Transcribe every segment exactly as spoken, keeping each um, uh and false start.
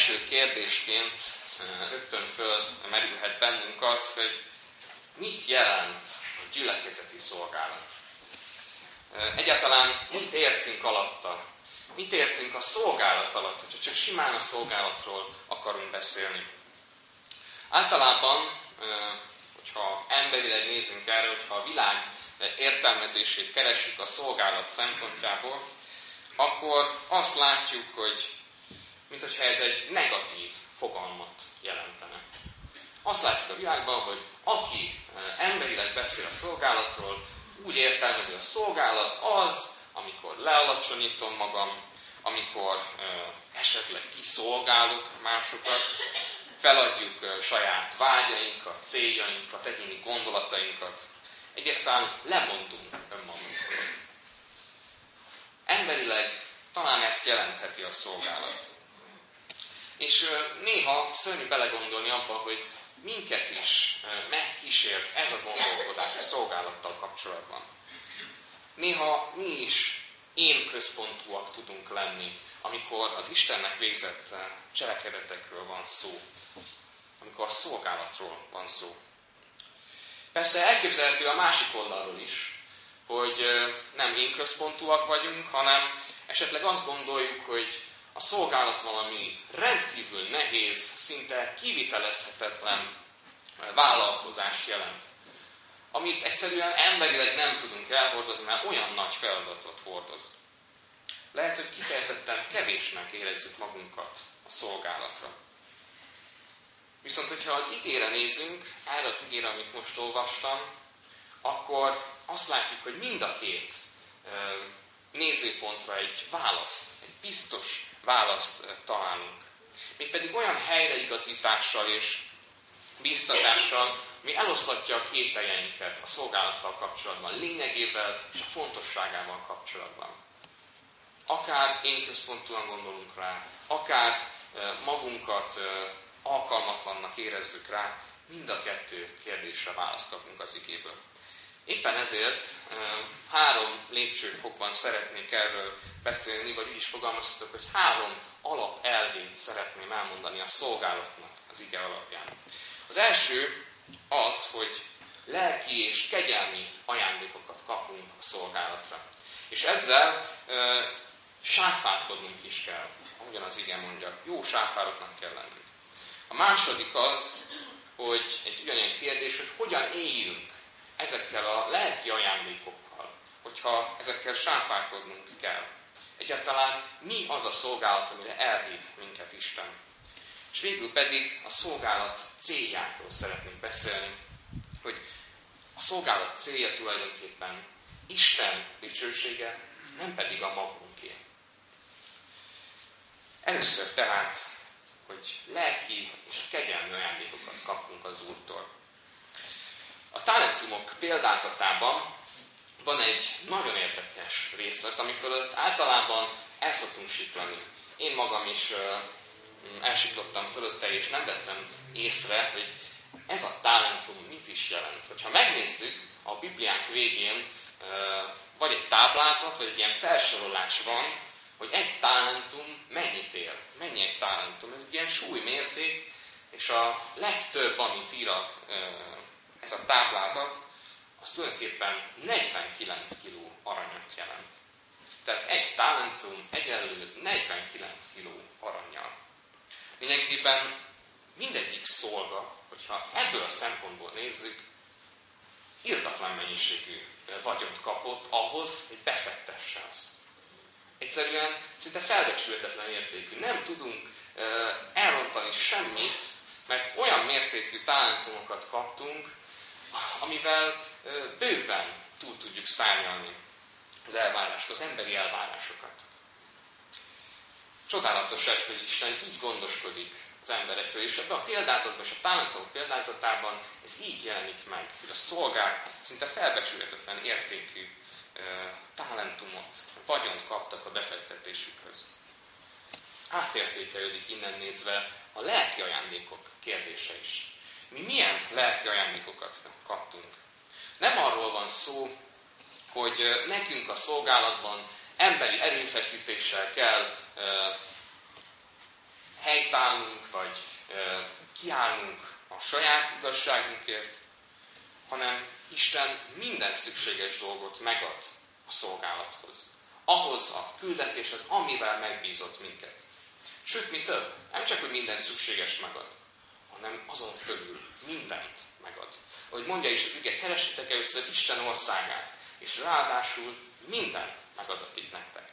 első kérdésként rögtön fölmerülhet bennünk az, hogy mit jelent a gyülekezeti szolgálat. Egyáltalán mit értünk alatta? Mit értünk a szolgálat alatt, hogyha csak simán a szolgálatról akarunk beszélni? Általában, hogyha emberileg nézünk erre, hogyha a világ értelmezését keresjük a szolgálat szempontjából, akkor azt látjuk, hogy minthogyha ez egy negatív fogalmat jelentene. Azt látjuk a világban, hogy aki emberileg beszél a szolgálatról, úgy értelmezi a szolgálat az, amikor lealacsonyítom magam, amikor esetleg kiszolgálok másokat, feladjuk saját vágyainkat, céljainkat, egyéni gondolatainkat, egyáltalán lemondunk önmagunkról. Emberileg talán ezt jelentheti a szolgálat. És néha szörnyű belegondolni abba, hogy minket is megkísért ez a gondolkodás a szolgálattal kapcsolatban. Néha mi is én központúak tudunk lenni, amikor az Istennek végzett cselekedetekről van szó, amikor a szolgálatról van szó. Persze elképzelhető a másik oldalról is, hogy nem én központúak vagyunk, hanem esetleg azt gondoljuk, hogy a szolgálat valami rendkívül nehéz, szinte kivitelezhetetlen vállalkozást jelent, amit egyszerűen emberileg nem tudunk elhordozni, mert olyan nagy feladatot hordoz. Lehet, hogy kifejezetten kevésnek érezzük magunkat a szolgálatra. Viszont, hogyha az igére nézünk, erre az igére, amit most olvastam, akkor azt látjuk, hogy mind a két nézőpontra egy választ, egy biztos választ találunk. Mégpedig olyan helyreigazítással és bíztatással, ami eloszlatja a kételjeinket a szolgálattal kapcsolatban, lényegével és a fontosságával kapcsolatban. Akár én központúan gondolunk rá, akár magunkat alkalmatlannak érezzük rá, mind a kettő kérdésre választ kapunk az igéből. Éppen ezért három lépcsőfokban szeretnék erről beszélni, vagy úgy is fogalmazhatok, hogy három alapelvét szeretném elmondani a szolgálatnak az ige alapján. Az első az, hogy lelki és kegyelmi ajándékokat kapunk a szolgálatra. És ezzel e, sáfárkodnunk is kell, ahogyan az ige mondja, jó sáfároknak kell lenni. A második az, hogy egy ugyanilyen kérdés, hogy hogyan éljünk ezekkel a lelki ajándékokkal, hogyha ezekkel sáfárkodnunk kell. Egyáltalán mi az a szolgálat, amire elhív minket Isten. És végül pedig a szolgálat céljáról szeretnék beszélni, hogy a szolgálat célja tulajdonképpen Isten dicsősége, nem pedig a magunké. Először tehát, hogy lelki és kegyelmi ajándékokat kapunk az Úrtól. A talentumok példázatában van egy nagyon érdekes részlet, ami fölött általában el szoktunk siklani. Én magam is uh, elsiklottam fölötte, és nem vettem észre, hogy ez a talentum mit is jelent. Hogyha megnézzük, a Bibliánk végén uh, vagy egy táblázat, vagy egy ilyen felsorolás van, hogy egy talentum mennyit ér. Mennyi egy talentum? Ez egy ilyen súlymérték, és a legtöbb, amit ír a, uh, ez a táblázat, az tulajdonképpen negyvenkilenc kiló aranyat jelent. Tehát egy talentum egyenlő negyvenkilenc kiló arannyal. Lényegében mindegyik szolga, hogyha ebből a szempontból nézzük, irdatlan mennyiségű vagyont kapott ahhoz, hogy befektesse azt. Egyszerűen szinte felbecsülhetetlen értékű. Nem tudunk uh, elrontani semmit, mert olyan mértékű talentumokat kaptunk, amivel uh, bőven túl tudjuk szárnyalni az elvárást, az emberi elvárásokat. Csodálatos ez, hogy Isten így gondoskodik az emberekről, és ebben a példázatban és a talentumok példázatában ez így jelenik meg, hogy a szolgák szinte felbecsülhetetlen értékű uh, talentumot, vagyont kaptak a befektetésükhöz. Átértékelődik innen nézve a lelki ajándékok kérdése is. Mi milyen lelki ajándékokat kaptunk? Nem arról van szó, hogy nekünk a szolgálatban emberi erőfeszítéssel kell uh, helytállnunk, vagy kiállnunk a saját igazságunkért, hanem Isten minden szükséges dolgot megad a szolgálathoz. Ahhoz a küldetéshez, amivel megbízott minket. Sőt, mi több, nem csak, hogy minden szükséges megad, hanem azon fölül mindent megad. Ahogy mondja is az ige, keressétek először Isten országát, és ráadásul minden megadatik nektek.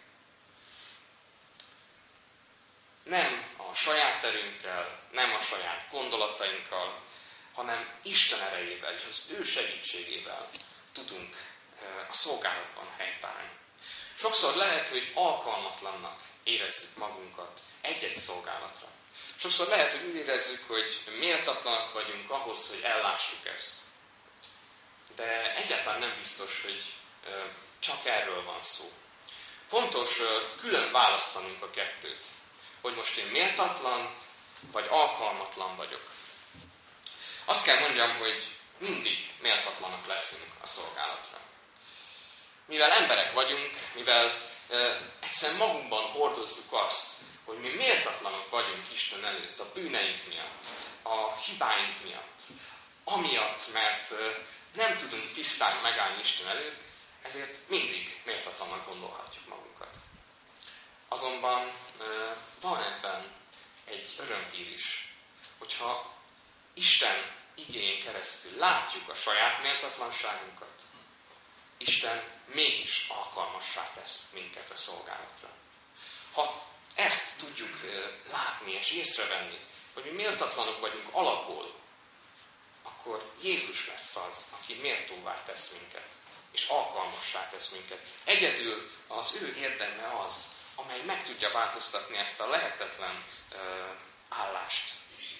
Nem a saját erőnkkel, nem a saját gondolatainkkal, hanem Isten erejével és az ő segítségével tudunk a szolgálatban helytállni. Sokszor lehet, hogy alkalmatlannak érezzük magunkat egy-egy szolgálatra. Sokszor lehet, hogy úgy érezzük, hogy méltatlanak vagyunk ahhoz, hogy ellássuk ezt. De egyáltalán nem biztos, hogy csak erről van szó. Fontos külön választanunk a kettőt. Hogy most én méltatlan, vagy alkalmatlan vagyok. Azt kell mondjam, hogy mindig méltatlanak leszünk a szolgálatra. Mivel emberek vagyunk, mivel e, egyszerűen magunkban hordozzuk azt, hogy mi méltatlanok vagyunk Isten előtt a bűneink miatt, a hibáink miatt, amiatt, mert e, nem tudunk tisztán megállni Isten előtt, ezért mindig méltatlannak gondolhatjuk magunkat. Azonban e, van ebben egy örömhír is, hogyha Isten igéjén keresztül látjuk a saját méltatlanságunkat, Isten mégis alkalmassá tesz minket a szolgálatra. Ha ezt tudjuk látni és észrevenni, hogy mi méltatlanok vagyunk alapból, akkor Jézus lesz az, aki méltóvá tesz minket, és alkalmassá tesz minket. Egyedül az ő érdeme az, amely meg tudja változtatni ezt a lehetetlen állást.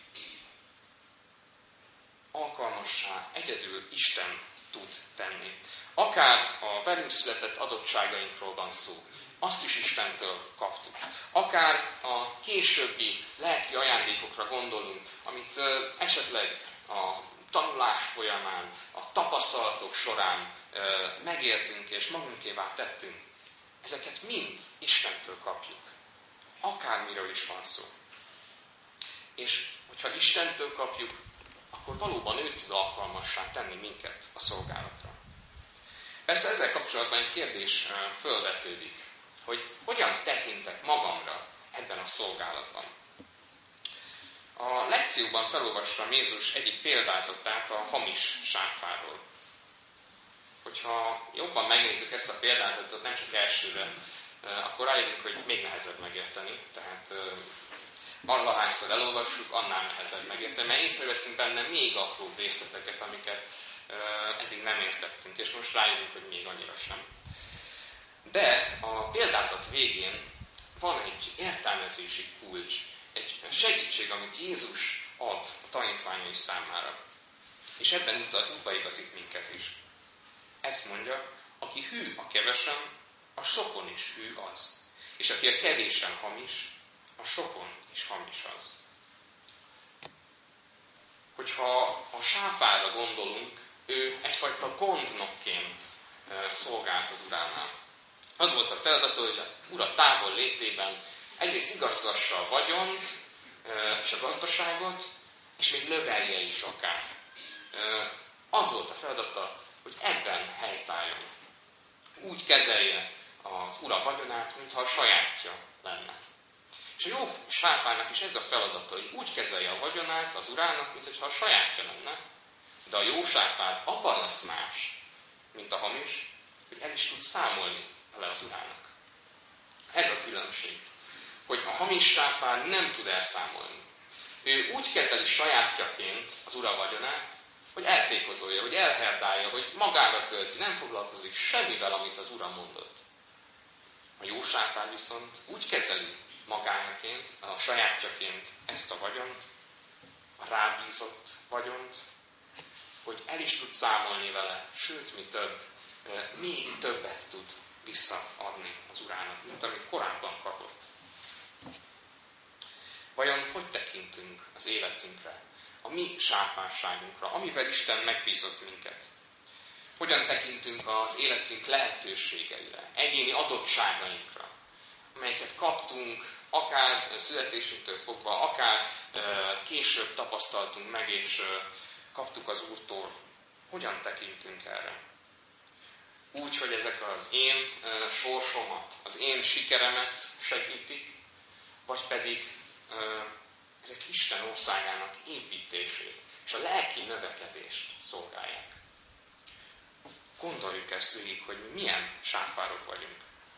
Alkalmassá egyedül Isten tud tenni. Akár a velünk született adottságainkról van szó, azt is Istentől kaptuk. Akár a későbbi lelki ajándékokra gondolunk, amit uh, esetleg a tanulás folyamán, a tapasztalatok során uh, megértünk és magunkévá tettünk. Ezeket mind Istentől kapjuk. Akármiről is van szó. És hogyha Istentől kapjuk, akkor valóban ő tud alkalmassá tenni minket a szolgálatra. Persze ezzel kapcsolatban egy kérdés fölvetődik, hogy hogyan tekintek magamra ebben a szolgálatban. A lekcióban felolvastam Jézus egyik példázatát a hamis sáfárról. Hogyha jobban megnézzük ezt a példázatot, nem csak elsőre, akkor rájövünk, hogy még nehezebb megérteni. Tehát valahányszor elolvassuk, annál nehezebb megérteni, mert észreveszünk benne még apróbb részleteket, amiket uh, eddig nem értettünk, és most rájövünk, hogy még annyira sem. De a példázat végén van egy értelmezési kulcs, egy segítség, amit Jézus ad a tanítványai számára. És ebben útba igazít minket is. Ezt mondja, aki hű a kevesen, a sokon is hű az. És aki a kevésen hamis, a sokon is hamis az. Hogyha a sáfárra gondolunk, ő egyfajta gondnokként szolgált az uránál. Az volt a feladata, hogy a ura távol létében egyrészt igazgassa a vagyont és a gazdaságot, és még növelje is akár. Az volt a feladata, hogy ebben helytálljon. Úgy kezelje az ura vagyonát, mintha a sajátja lenne. És a jó sáfárnak is ez a feladata, hogy úgy kezelje a vagyonát az urának, mintha a sajátja lenne. De a jó sáfár abban lesz más, mint a hamis, hogy el is tud számolni vele az urának. Ez a különbség, hogy a hamis sáfár nem tud elszámolni. Ő úgy kezeli sajátjaként az ura vagyonát, hogy eltékozolja, hogy elherdálja, hogy magára költi, nem foglalkozik semmivel, amit az ura mondott. A jó sáfár viszont úgy kezeli magánaként, a sajátjaként ezt a vagyont, a rábízott vagyont, hogy el is tud számolni vele, sőt, mi több, még többet tud visszaadni az urának, mint amit korábban kapott. Vajon hogy tekintünk az életünkre, a mi sáfárságunkra, amivel Isten megbízott minket? Hogyan tekintünk az életünk lehetőségeire, egyéni adottságainkra, amelyeket kaptunk, akár születésünktől fogva, akár később tapasztaltunk meg, és kaptuk az Úrtól, hogyan tekintünk erre? Úgy, hogy ezek az én sorsomat, az én sikeremet segítik, vagy pedig ezek Isten országának építését és a lelki növekedést szolgálják. Gondoljuk ezt végig, hogy mi milyen sáfárok vagyunk.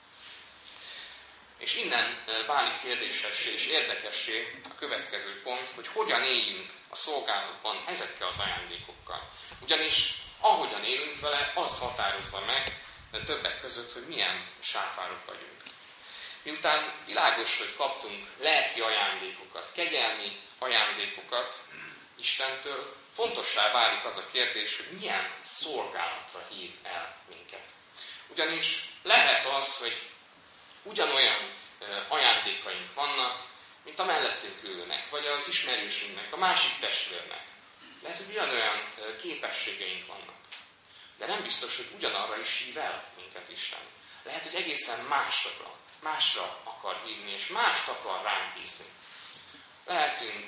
És innen válik kérdésessé és érdekessé a következő pont, hogy hogyan éljünk a szolgálatban ezekkel az ajándékokkal. Ugyanis ahogyan élünk vele, az határozza meg többek között, hogy milyen sáfárok vagyunk. Miután világos, hogy kaptunk lelki ajándékokat, kegyelmi ajándékokat Istentől, fontossá válik az a kérdés, hogy milyen szolgálatra hív el minket. Ugyanis lehet az, hogy ugyanolyan ajándékaink vannak, mint a mellettünk ülőnek, vagy az ismerősünknek, a másik testvérnek. Lehet, hogy ugyanolyan képességeink vannak. De nem biztos, hogy ugyanarra is hív el minket Isten. Lehet, hogy egészen másra, másra akar hívni, és mást akar ránk bízni. Lehetünk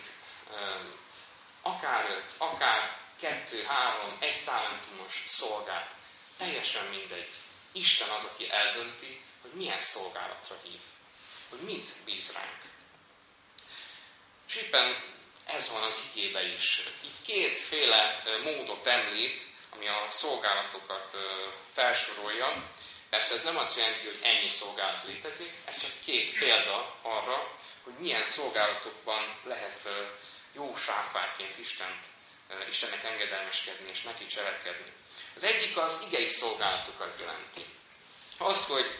akár öt, akár kettő, három, egy talentumos szolgák. Teljesen mindegy. Isten az, aki eldönti, hogy milyen szolgálatra hív. Hogy mit bíz ránk. És éppen ez van az igébe is. Itt kétféle módot említ, ami a szolgálatokat felsorolja. Persze ez nem azt jelenti, hogy ennyi szolgálat létezik, ez csak két példa arra, hogy milyen szolgálatokban lehet jó sáfárként Istent, Istennek engedelmeskedni és neki cselekedni. Az egyik az igei szolgálatokat jelenti. Az, hogy,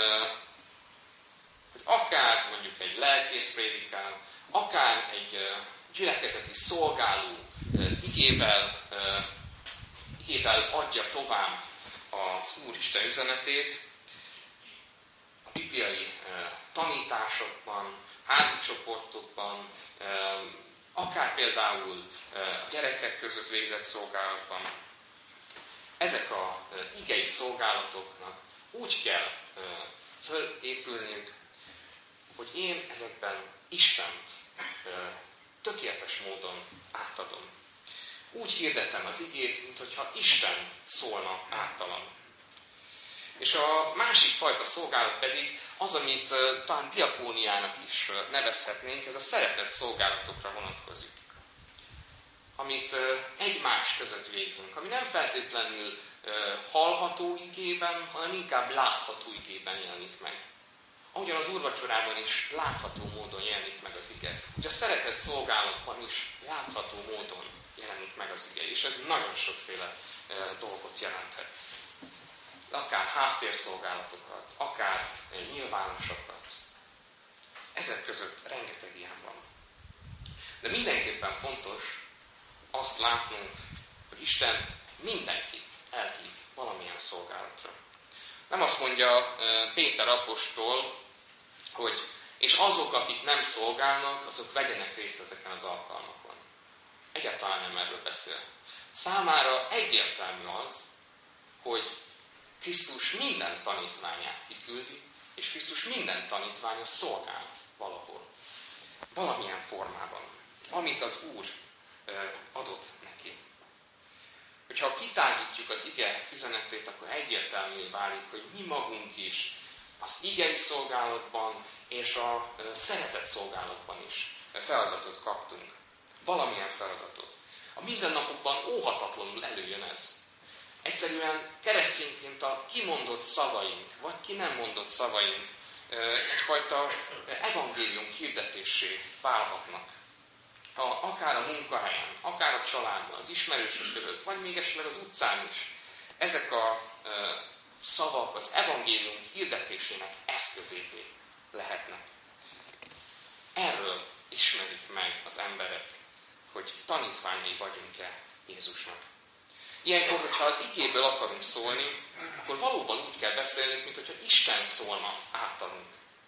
hogy akár mondjuk egy lelkész prédikál, akár egy gyülekezeti szolgáló igével, igével adja tovább az Úristen üzenetét, a bibliai tanításokban, házi csoportokban, akár például a gyerekek között végzett szolgálatban. Ezek az igei szolgálatoknak úgy kell fölépülniük, hogy én ezekben Istent tökéletes módon átadom. Úgy hirdetem az igét, mintha Isten szólna általam. És a másik fajta szolgálat pedig az, amit uh, talán diakóniának is uh, nevezhetnénk, ez a szeretett szolgálatokra vonatkozik. Amit uh, egymás között végzünk, ami nem feltétlenül uh, hallható igében, hanem inkább látható igében jelenik meg. Ahogyan az úrvacsorában is látható módon jelenik meg az ige. Ugye a szeretett szolgálatban is látható módon jelenik meg az ige, és ez nagyon sokféle uh, dolgot jelenthet. Akár háttérszolgálatokat, akár nyilvánosokat. Ezek között rengeteg ilyen van. De mindenképpen fontos azt látnunk, hogy Isten mindenkit elhív valamilyen szolgálatra. Nem azt mondja Péter apostol, hogy és azok, akik nem szolgálnak, azok vegyenek részt ezeken az alkalmakon. Egyáltalán nem erről beszél. Számára egyértelmű az, hogy Krisztus minden tanítványát kiküldi, és Krisztus minden tanítványa szolgál valahol. Valamilyen formában. Amit az Úr adott neki. Hogyha kitágítjuk az ige üzenetét, akkor egyértelművé válik, hogy mi magunk is az igei szolgálatban és a szeretett szolgálatban is feladatot kaptunk. Valamilyen feladatot. A mindennapokban óhatatlanul előjön ez. Egyszerűen keresztényként a kimondott szavaink, vagy ki nem mondott szavaink egyfajta evangélium hirdetésé válhatnak. Ha akár a munkahelyen, akár a családban, az ismerősök között, vagy még esetleg az utcán is, ezek a szavak az evangélium hirdetésének eszközévé lehetnek. Erről ismerik meg az emberek, hogy tanítványai vagyunk-e Jézusnak. Ilyenkor, hogyha az igéből akarunk szólni, akkor valóban úgy kell beszélnünk, mint hogyha Isten szólna általunk.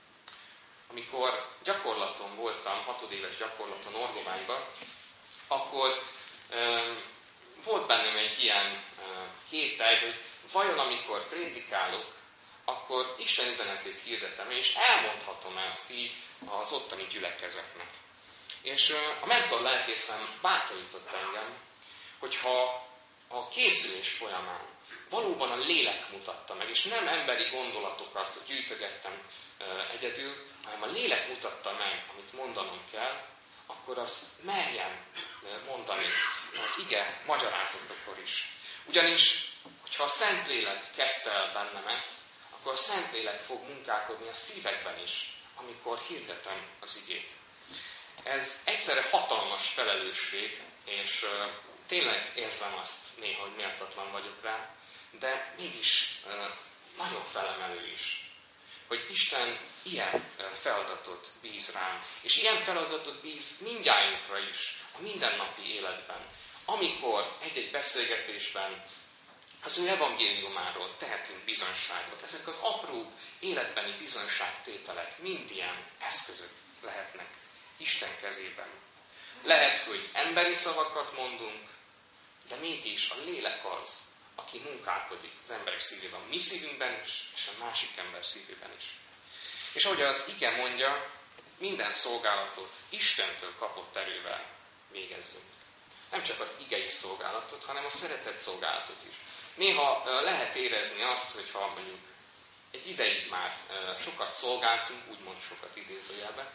Amikor gyakorlaton voltam, hatodéves gyakorlaton Orgoványban, akkor e, volt bennem egy ilyen e, kételj, hogy vajon amikor prédikálok, akkor Isten üzenetét hirdetem, és elmondhatom ezt így az ottani gyülekezetnek. És a mentor lelkészem bátorított engem, hogyha a készülés folyamán valóban a lélek mutatta meg, és nem emberi gondolatokat gyűjtögettem egyedül, hanem a lélek mutatta meg, amit mondanom kell, akkor azt merjem mondani az ige magyarázatokor is. Ugyanis, hogyha a Szentlélek kezdte el bennem ezt, akkor a Szentlélek fog munkálkodni a szívekben is, amikor hirdetem az igét. Ez egyszerre hatalmas felelősség, és uh, tényleg érzem azt néha, hogy méltatlan vagyok rá, de mégis uh, nagyon felemelő is, hogy Isten ilyen uh, feladatot bíz rám, és ilyen feladatot bíz mindnyájunkra is a mindennapi életben. Amikor egy-egy beszélgetésben az ő evangéliumáról tehetünk bizonyságot, ezek az apró életbeni bizonyságtételek mind ilyen eszközök lehetnek Isten kezében. Lehet, hogy emberi szavakat mondunk, de mégis a lélek az, aki munkálkodik az emberek szívében, a mi szívünkben is, és a másik ember szívében is. És ahogy az ige mondja, minden szolgálatot Istentől kapott erővel végezzünk. Nem csak az igei szolgálatot, hanem a szeretett szolgálatot is. Néha lehet érezni azt, hogyha mondjuk egy ideig már sokat szolgáltunk, úgymond sokat idézőjelben,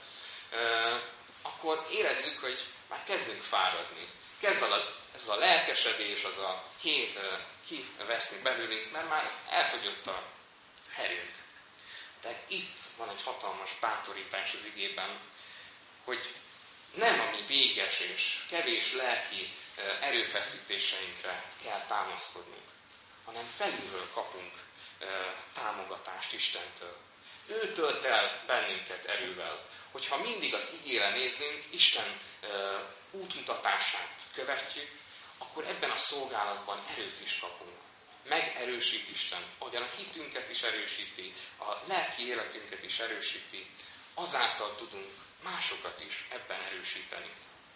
akkor érezzük, hogy már kezdünk fáradni. Kezd a, ez a lelkesedés, az a hét kiveszni belőlünk, mert már elfogyott a erőnk. De itt van egy hatalmas bátorítás az igében, hogy nem a mi véges és kevés lelki erőfeszítéseinkre kell támaszkodnunk, hanem felülről kapunk támogatást Istentől. Ő tölt el bennünket erővel. Hogyha mindig az igére nézünk, Isten útmutatását követjük, akkor ebben a szolgálatban erőt is kapunk. Megerősít Isten, ahogyan a hitünket is erősíti, a lelki életünket is erősíti, azáltal tudunk másokat is ebben erősíteni.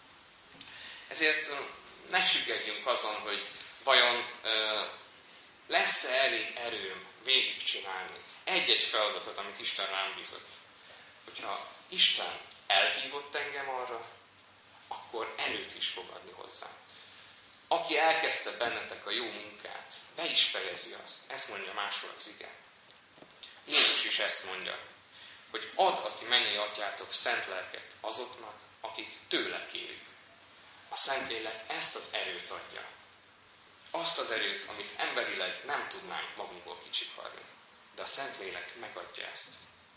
Ezért ne süggedjünk azon, hogy vajon lesz-e elég erőm végigcsinálni egy-egy feladatot, amit Isten rám bízott. Hogyha Isten elhívott engem arra, akkor erőt is fog adni hozzá. Aki elkezdte bennetek a jó munkát, be is fejezi azt. Ezt mondja máshol az ige. Jézus is ezt mondja, hogy ad a ti mennyei atyátok szent lelket azoknak, akik tőle kérik. A Szentlélek ezt az erőt adja. Azt az erőt, amit emberileg nem tudnánk magunkból kicsikarni. De a Szentlélek megadja ezt.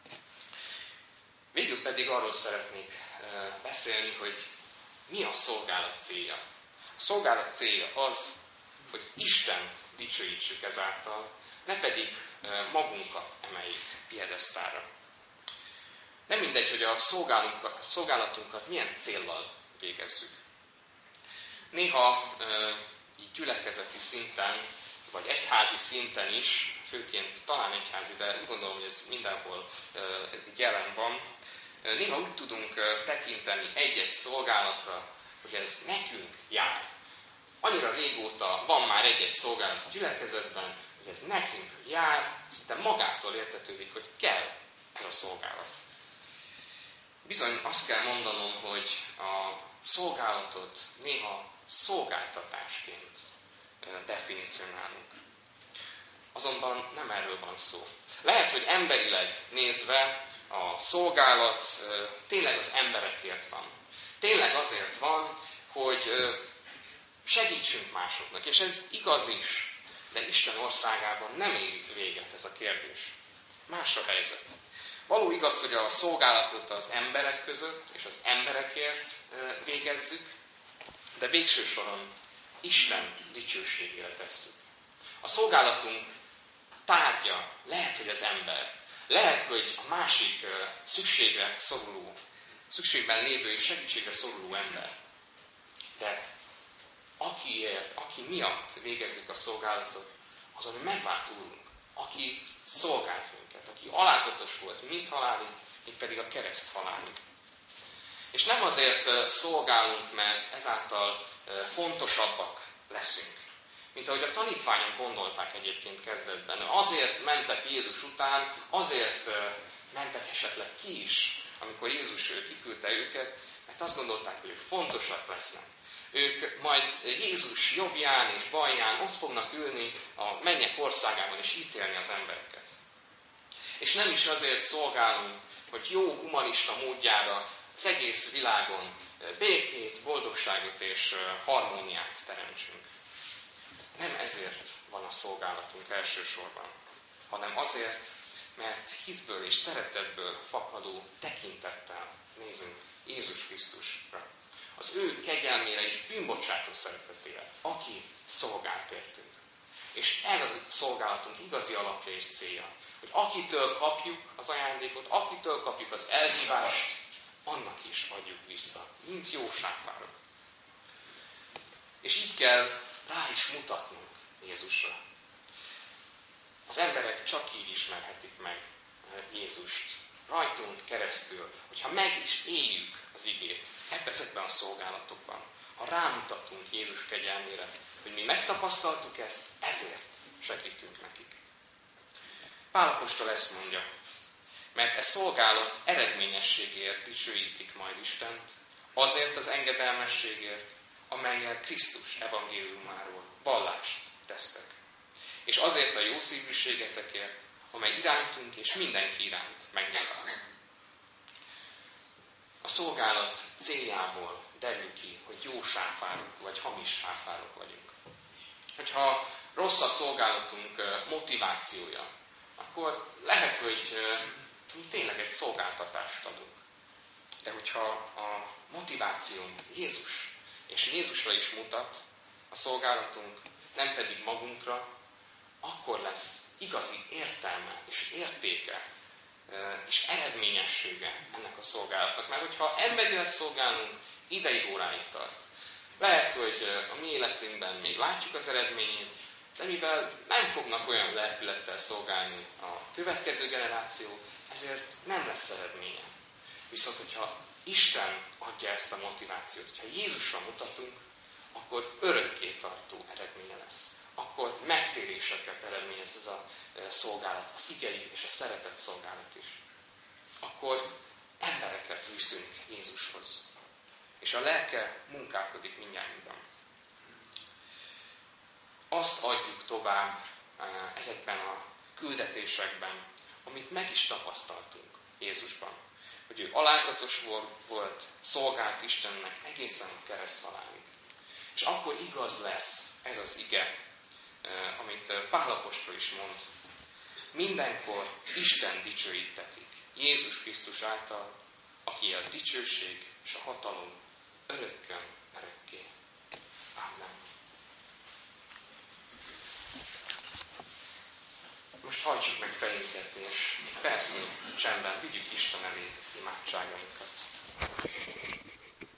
Végül pedig arról szeretnék beszélni, hogy mi a szolgálat célja. A szolgálat célja az, hogy Istent dicsőítsük ezáltal, ne pedig magunkat emeljük piedesztára. Nem mindegy, hogy a szolgálatunkat milyen céllal végezzük. Néha így gyülekezeti szinten, vagy egyházi szinten is, főként talán egyházi, de úgy gondolom, hogy ez mindenhol ez így jelen van, néha úgy tudunk tekinteni egy-egy szolgálatra, hogy ez nekünk jár. Annyira régóta van már egy-egy szolgálat a gyülekezetben, hogy ez nekünk jár, szinte magától értetődik, hogy kell ez a szolgálat. Bizony azt kell mondanom, hogy a szolgálatot néha szolgáltatásként definicionálunk. Azonban nem erről van szó. Lehet, hogy emberileg nézve a szolgálat tényleg az emberekért van. Tényleg azért van, hogy segítsünk másoknak. És ez igaz is, de Isten országában nem ér itt véget ez a kérdés. Más a helyzet. Való igaz, hogy a szolgálatot az emberek között és az emberekért végezzük, de végső soron Isten dicsőségére tesszük. A szolgálatunk tárgya lehet, hogy az ember. Lehet, hogy a másik szükségre szoruló, szükségben lévő és segítségre szoruló ember. De akiért, aki miatt végezzük a szolgálatot, az, ami megvált Úrunk, aki szolgált minket, aki alázatos volt mind halálig, mint pedig a kereszt halálig. És nem azért szolgálunk, mert ezáltal fontosabbak leszünk, Mint ahogy a tanítványok gondolták egyébként kezdetben. Azért mentek Jézus után, azért mentek esetleg ki is, amikor Jézus kiküldte őket, mert azt gondolták, hogy ők fontosak lesznek. Ők majd Jézus jobbján és balján ott fognak ülni a mennyek országában és ítélni az embereket. És nem is azért szolgálunk, hogy jó humanista módjára az egész világon békét, boldogságot és harmóniát teremtsünk. Nem ezért van a szolgálatunk elsősorban, hanem azért, mert hitből és szeretetből fakadó tekintettel nézünk Jézus Krisztusra. Az ő kegyelmére és bűnbocsátó szeretetére, aki szolgált értünk. És ez a szolgálatunk igazi alapja és célja, hogy akitől kapjuk az ajándékot, akitől kapjuk az elhívást, annak is adjuk vissza, mint jó sáfárok. És így kell rá is mutatnunk Jézusra. Az emberek csak így ismerhetik meg Jézust. Rajtunk keresztül, hogyha meg is éljük az igét ezekben a szolgálatokban, ha rámutatunk Jézus kegyelmére, hogy mi megtapasztaltuk ezt, ezért segítünk nekik. Pál apostol ezt mondja, mert e szolgálat eredményességért dicsőítik majd Istent, azért az engedelmességért, amellyel Krisztus evangéliumáról vallást tesztek. És azért a jó szívűségetekért, amely irántunk és mindenki iránt megnyilvánul. A szolgálat céljából derül ki, hogy jó sáfárok vagy hamis sáfárok vagyunk. Hogyha rossz a szolgálatunk motivációja, akkor lehet, hogy mi tényleg egy szolgáltatást adunk. De hogyha a motivációnk Jézus, és Jézusra is mutat, a szolgálatunk nem pedig magunkra, akkor lesz igazi értelme és értéke és eredményessége ennek a szolgálatnak. Mert hogyha emberileg szolgálunk, ideig óráig tart. Lehet, hogy a mi életünkben még látjuk az eredményét, de mivel nem fognak olyan lelkülettel szolgálni a következő generáció, ezért nem lesz eredménye. Viszont, hogyha Isten adja ezt a motivációt, hogyha Jézusra mutatunk, akkor örökké tartó eredménye lesz. Akkor megtéréseket eredményez ez a szolgálat, az igei és a szeretett szolgálat is. Akkor embereket viszünk Jézushoz. És a lelke munkálkodik mindnyájunkban. Azt adjuk tovább ezekben a küldetésekben, amit meg is tapasztaltunk Jézusban. Hogy ő alázatos volt, szolgált Istennek egészen a kereszthalálig. És akkor igaz lesz ez az ige, amit Pál apostol is mond. Mindenkor Isten dicsőítetik Jézus Krisztus által, aki a dicsőség és a hatalom örökkön örökké. Amen. Most hajtsuk meg fejünket, és persze csendben vigyük Isten elé imádságainkat.